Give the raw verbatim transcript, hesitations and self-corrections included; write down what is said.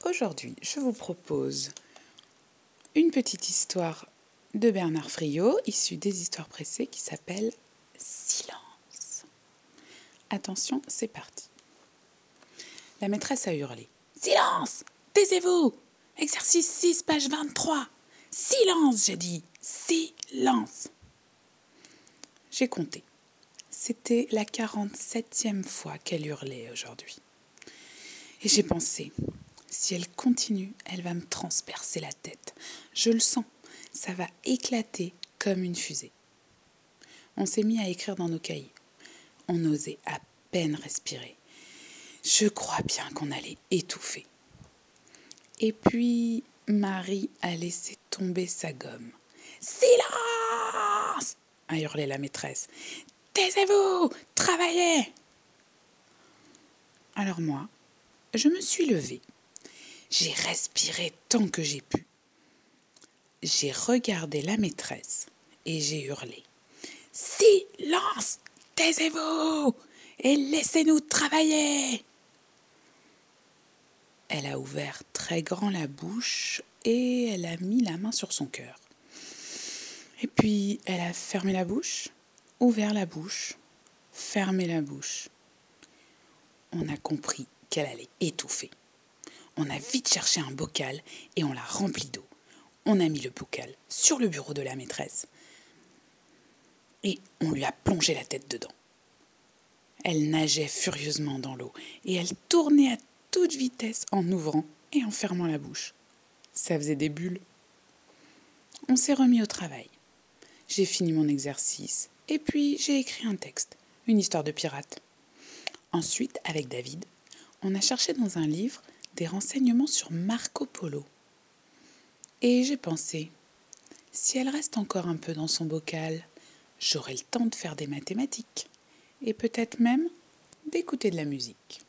Aujourd'hui, je vous propose une petite histoire de Bernard Friot, issue des histoires pressées, qui s'appelle « Silence ». Attention, c'est parti. La maîtresse a hurlé. « Silence! Taisez-vous! Exercice six, page vingt-trois. Silence, j'ai dit! Silence !» J'ai compté. C'était la quarante-septième fois qu'elle hurlait aujourd'hui. Et j'ai pensé, si elle continue, elle va me transpercer la tête. Je le sens, ça va éclater comme une fusée. On s'est mis à écrire dans nos cahiers. On osait à peine respirer. Je crois bien qu'on allait étouffer. Et puis, Marie a laissé tomber sa gomme. « Silence !» a hurlé la maîtresse. « Taisez-vous! Travaillez !» Alors moi, je me suis levée. J'ai respiré tant que j'ai pu. J'ai regardé la maîtresse et j'ai hurlé. « Silence! Taisez-vous! Et laissez-nous travailler !» Elle a ouvert très grand la bouche et elle a mis la main sur son cœur. Et puis, elle a fermé la bouche, ouvert la bouche, fermé la bouche. On a compris qu'elle allait étouffer. On a vite cherché un bocal et on l'a rempli d'eau. On a mis le bocal sur le bureau de la maîtresse et on lui a plongé la tête dedans. Elle nageait furieusement dans l'eau et elle tournait à toute vitesse en ouvrant et en fermant la bouche. Ça faisait des bulles. On s'est remis au travail. J'ai fini mon exercice et puis j'ai écrit un texte, une histoire de pirate. Ensuite, avec David, on a cherché dans un livre des renseignements sur Marco Polo. Et j'ai pensé, si elle reste encore un peu dans son bocal, j'aurai le temps de faire des mathématiques et peut-être même d'écouter de la musique.